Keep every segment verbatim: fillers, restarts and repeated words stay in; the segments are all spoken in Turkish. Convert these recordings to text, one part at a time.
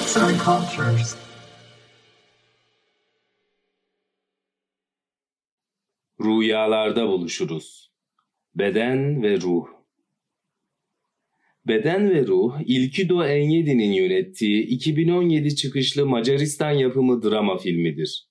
Arts and Cultures. Rüyalarda buluşuruz. Beden ve ruh. Beden ve Ruh, İlkido Enyedi'nin yönettiği iki bin on yedi çıkışlı Macaristan yapımı drama filmidir.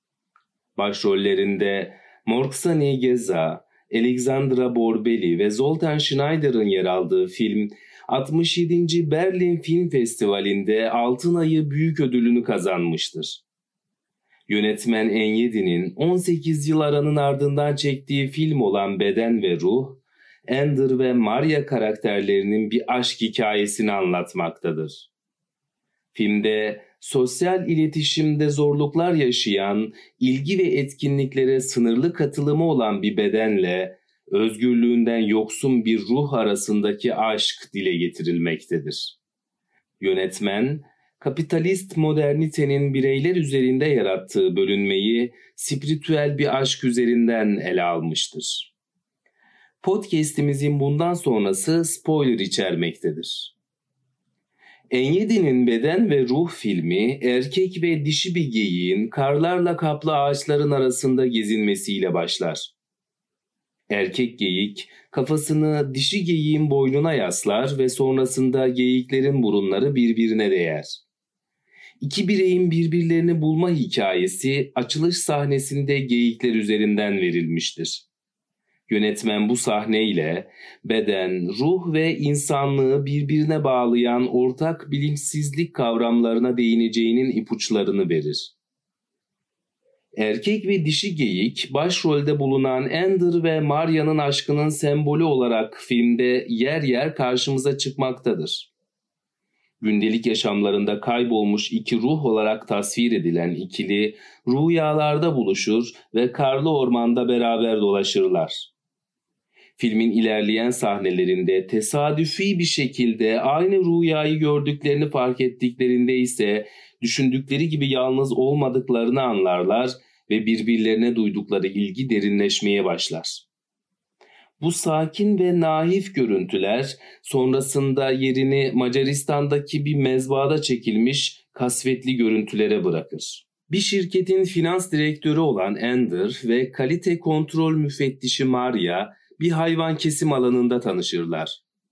Başrollerinde Morksani Geza, Alexandra Borbeli ve Zoltan Schneider'ın yer aldığı film, altmış yedinci Berlin Film Festivali'nde Altın Ayı Büyük Ödülünü kazanmıştır. Yönetmen Enyedi'nin on sekiz yıl aranın ardından çektiği film olan Beden ve Ruh, Ender ve Maria karakterlerinin bir aşk hikayesini anlatmaktadır. Filmde sosyal iletişimde zorluklar yaşayan, ilgi ve etkinliklere sınırlı katılımı olan bir bedenle özgürlüğünden yoksun bir ruh arasındaki aşk dile getirilmektedir. Yönetmen, kapitalist modernitenin bireyler üzerinde yarattığı bölünmeyi spiritüel bir aşk üzerinden ele almıştır. Podcast'imizin bundan sonrası spoiler içermektedir. Enyedi'nin Beden ve Ruh filmi, erkek ve dişi bir geyiğin karlarla kaplı ağaçların arasında gezinmesiyle başlar. Erkek geyik kafasını dişi geyiğin boynuna yaslar ve sonrasında geyiklerin burunları birbirine değer. İki bireyin birbirlerini bulma hikayesi açılış sahnesinde geyikler üzerinden verilmiştir. Yönetmen bu sahneyle beden, ruh ve insanlığı birbirine bağlayan ortak bilinçsizlik kavramlarına değineceğinin ipuçlarını verir. Erkek ve dişi geyik başrolde bulunan Ender ve Maria'nın aşkının sembolü olarak filmde yer yer karşımıza çıkmaktadır. Gündelik yaşamlarında kaybolmuş iki ruh olarak tasvir edilen ikili rüyalarda buluşur ve karlı ormanda beraber dolaşırlar. Filmin ilerleyen sahnelerinde tesadüfi bir şekilde aynı rüyayı gördüklerini fark ettiklerinde ise düşündükleri gibi yalnız olmadıklarını anlarlar ve birbirlerine duydukları ilgi derinleşmeye başlar. Bu sakin ve naif görüntüler sonrasında yerini Macaristan'daki bir mezbahada çekilmiş kasvetli görüntülere bırakır. Bir şirketin finans direktörü olan Ender ve kalite kontrol müfettişi Maria bir hayvan kesim alanında tanışırlar.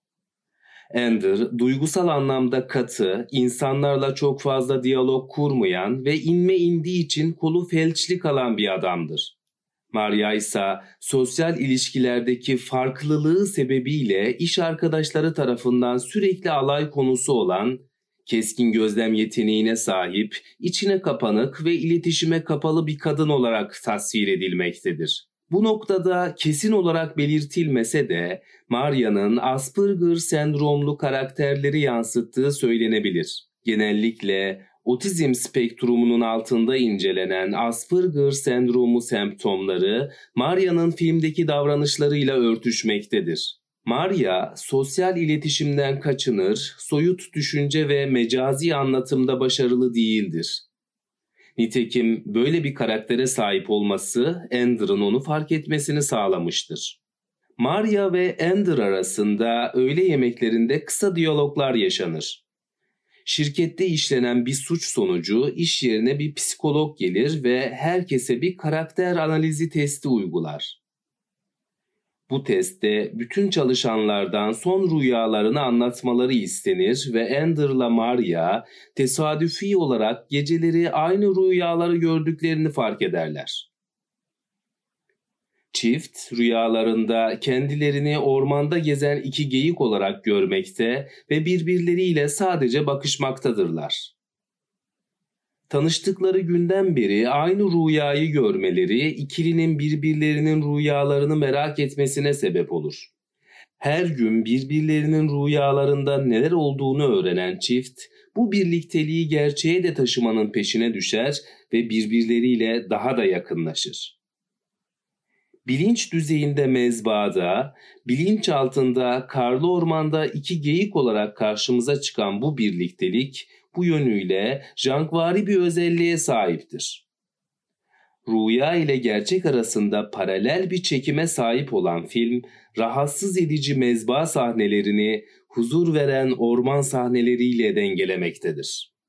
Ender, duygusal anlamda katı, insanlarla çok fazla diyalog kurmayan ve inme indiği için kolu felçli kalan bir adamdır. Maria ise sosyal ilişkilerdeki farklılığı sebebiyle iş arkadaşları tarafından sürekli alay konusu olan, keskin gözlem yeteneğine sahip, içine kapanık ve iletişime kapalı bir kadın olarak tasvir edilmektedir. Bu noktada kesin olarak belirtilmese de Maria'nın Asperger sendromlu karakterleri yansıttığı söylenebilir. Genellikle otizm spektrumunun altında incelenen Asperger sendromu semptomları Maria'nın filmdeki davranışlarıyla örtüşmektedir. Maria sosyal iletişimden kaçınır, soyut düşünce ve mecazi anlatımda başarılı değildir. Nitekim böyle bir karaktere sahip olması Ender'ın onu fark etmesini sağlamıştır. Maria ve Ender arasında öğle yemeklerinde kısa diyaloglar yaşanır. Şirkette işlenen bir suç sonucu iş yerine bir psikolog gelir ve herkese bir karakter analizi testi uygular. Bu testte bütün çalışanlardan son rüyalarını anlatmaları istenir ve Ender'la Maria tesadüfi olarak geceleri aynı rüyaları gördüklerini fark ederler. Çift rüyalarında kendilerini ormanda gezen iki geyik olarak görmekte ve birbirleriyle sadece bakışmaktadırlar. Tanıştıkları günden beri aynı rüyayı görmeleri ikilinin birbirlerinin rüyalarını merak etmesine sebep olur. Her gün birbirlerinin rüyalarında neler olduğunu öğrenen çift, bu birlikteliği gerçeğe de taşımanın peşine düşer ve birbirleriyle daha da yakınlaşır. Bilinç düzeyinde mezbahada, bilinç altında karlı ormanda iki geyik olarak karşımıza çıkan bu birliktelik, bu yönüyle jankvari bir özelliğe sahiptir. Rüya ile gerçek arasında paralel bir çekime sahip olan film, rahatsız edici mezba sahnelerini huzur veren orman sahneleriyle dengelemektedir.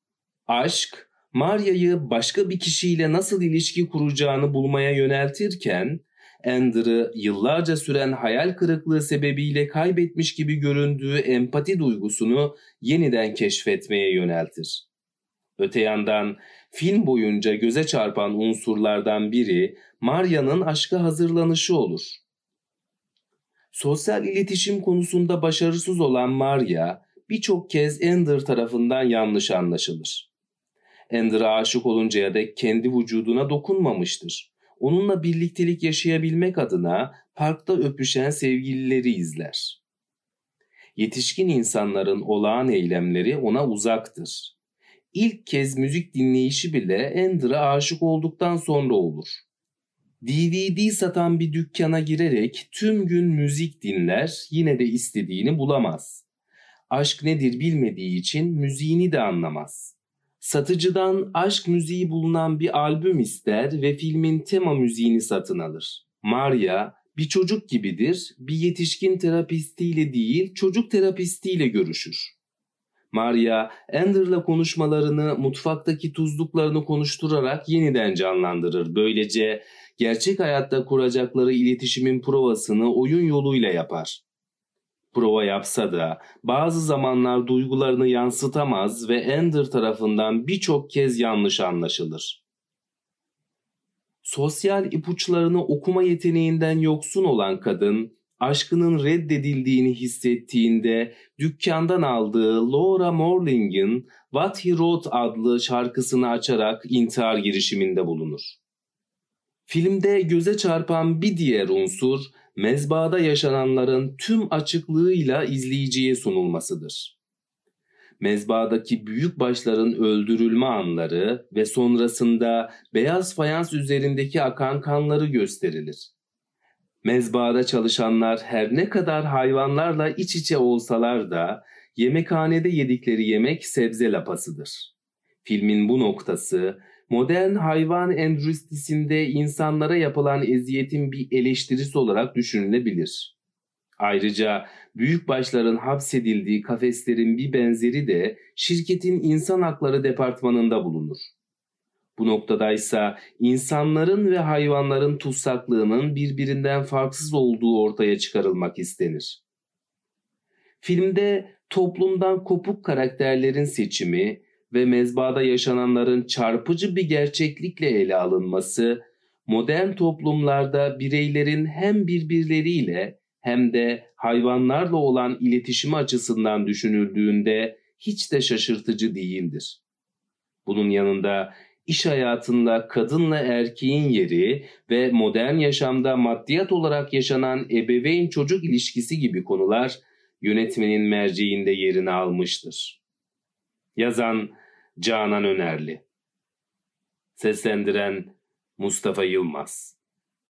Aşk, Maria'yı başka bir kişiyle nasıl ilişki kuracağını bulmaya yöneltirken, Ender'ı yıllarca süren hayal kırıklığı sebebiyle kaybetmiş gibi göründüğü empati duygusunu yeniden keşfetmeye yöneltir. Öte yandan film boyunca göze çarpan unsurlardan biri Maria'nın aşka hazırlanışı olur. Sosyal iletişim konusunda başarısız olan Maria birçok kez Ender tarafından yanlış anlaşılır. Ender'a aşık oluncaya dek kendi vücuduna dokunmamıştır. Onunla birliktelik yaşayabilmek adına parkta öpüşen sevgilileri izler. Yetişkin insanların olağan eylemleri ona uzaktır. İlk kez müzik dinleyişi bile Ender'a aşık olduktan sonra olur. D V D satan bir dükkana girerek tüm gün müzik dinler, yine de istediğini bulamaz. Aşk nedir bilmediği için müziğini de anlamaz. Satıcıdan aşk müziği bulunan bir albüm ister ve filmin tema müziğini satın alır. Maria bir çocuk gibidir, bir yetişkin terapistiyle değil, çocuk terapistiyle görüşür. Maria, Ender'la konuşmalarını mutfaktaki tuzluklarını konuşturarak yeniden canlandırır. Böylece gerçek hayatta kuracakları iletişimin provasını oyun yoluyla yapar. Prova yapsa da bazı zamanlar duygularını yansıtamaz ve Ender tarafından birçok kez yanlış anlaşılır. Sosyal ipuçlarını okuma yeteneğinden yoksun olan kadın, aşkının reddedildiğini hissettiğinde dükkandan aldığı Laura Marling'in What He Wrote adlı şarkısını açarak intihar girişiminde bulunur. Filmde göze çarpan bir diğer unsur, mezbahada yaşananların tüm açıklığıyla izleyiciye sunulmasıdır. Mezbahadaki büyükbaşların öldürülme anları ve sonrasında beyaz fayans üzerindeki akan kanları gösterilir. Mezbahada çalışanlar her ne kadar hayvanlarla iç içe olsalar da yemekhanede yedikleri yemek sebze lapasıdır. Filmin bu noktası, modern hayvan endüstrisinde insanlara yapılan eziyetin bir eleştirisi olarak düşünülebilir. Ayrıca büyükbaşların hapsedildiği kafeslerin bir benzeri de şirketin insan hakları departmanında bulunur. Bu noktadaysa insanların ve hayvanların tutsaklığının birbirinden farksız olduğu ortaya çıkarılmak istenir. Filmde toplumdan kopuk karakterlerin seçimi ve mezbahada yaşananların çarpıcı bir gerçeklikle ele alınması, modern toplumlarda bireylerin hem birbirleriyle hem de hayvanlarla olan iletişimi açısından düşünüldüğünde hiç de şaşırtıcı değildir. Bunun yanında iş hayatında kadınla erkeğin yeri ve modern yaşamda maddiyat olarak yaşanan ebeveyn-çocuk ilişkisi gibi konular yönetmenin merceğinde yerini almıştır. Yazan Canan Önerli, seslendiren Mustafa Yılmaz.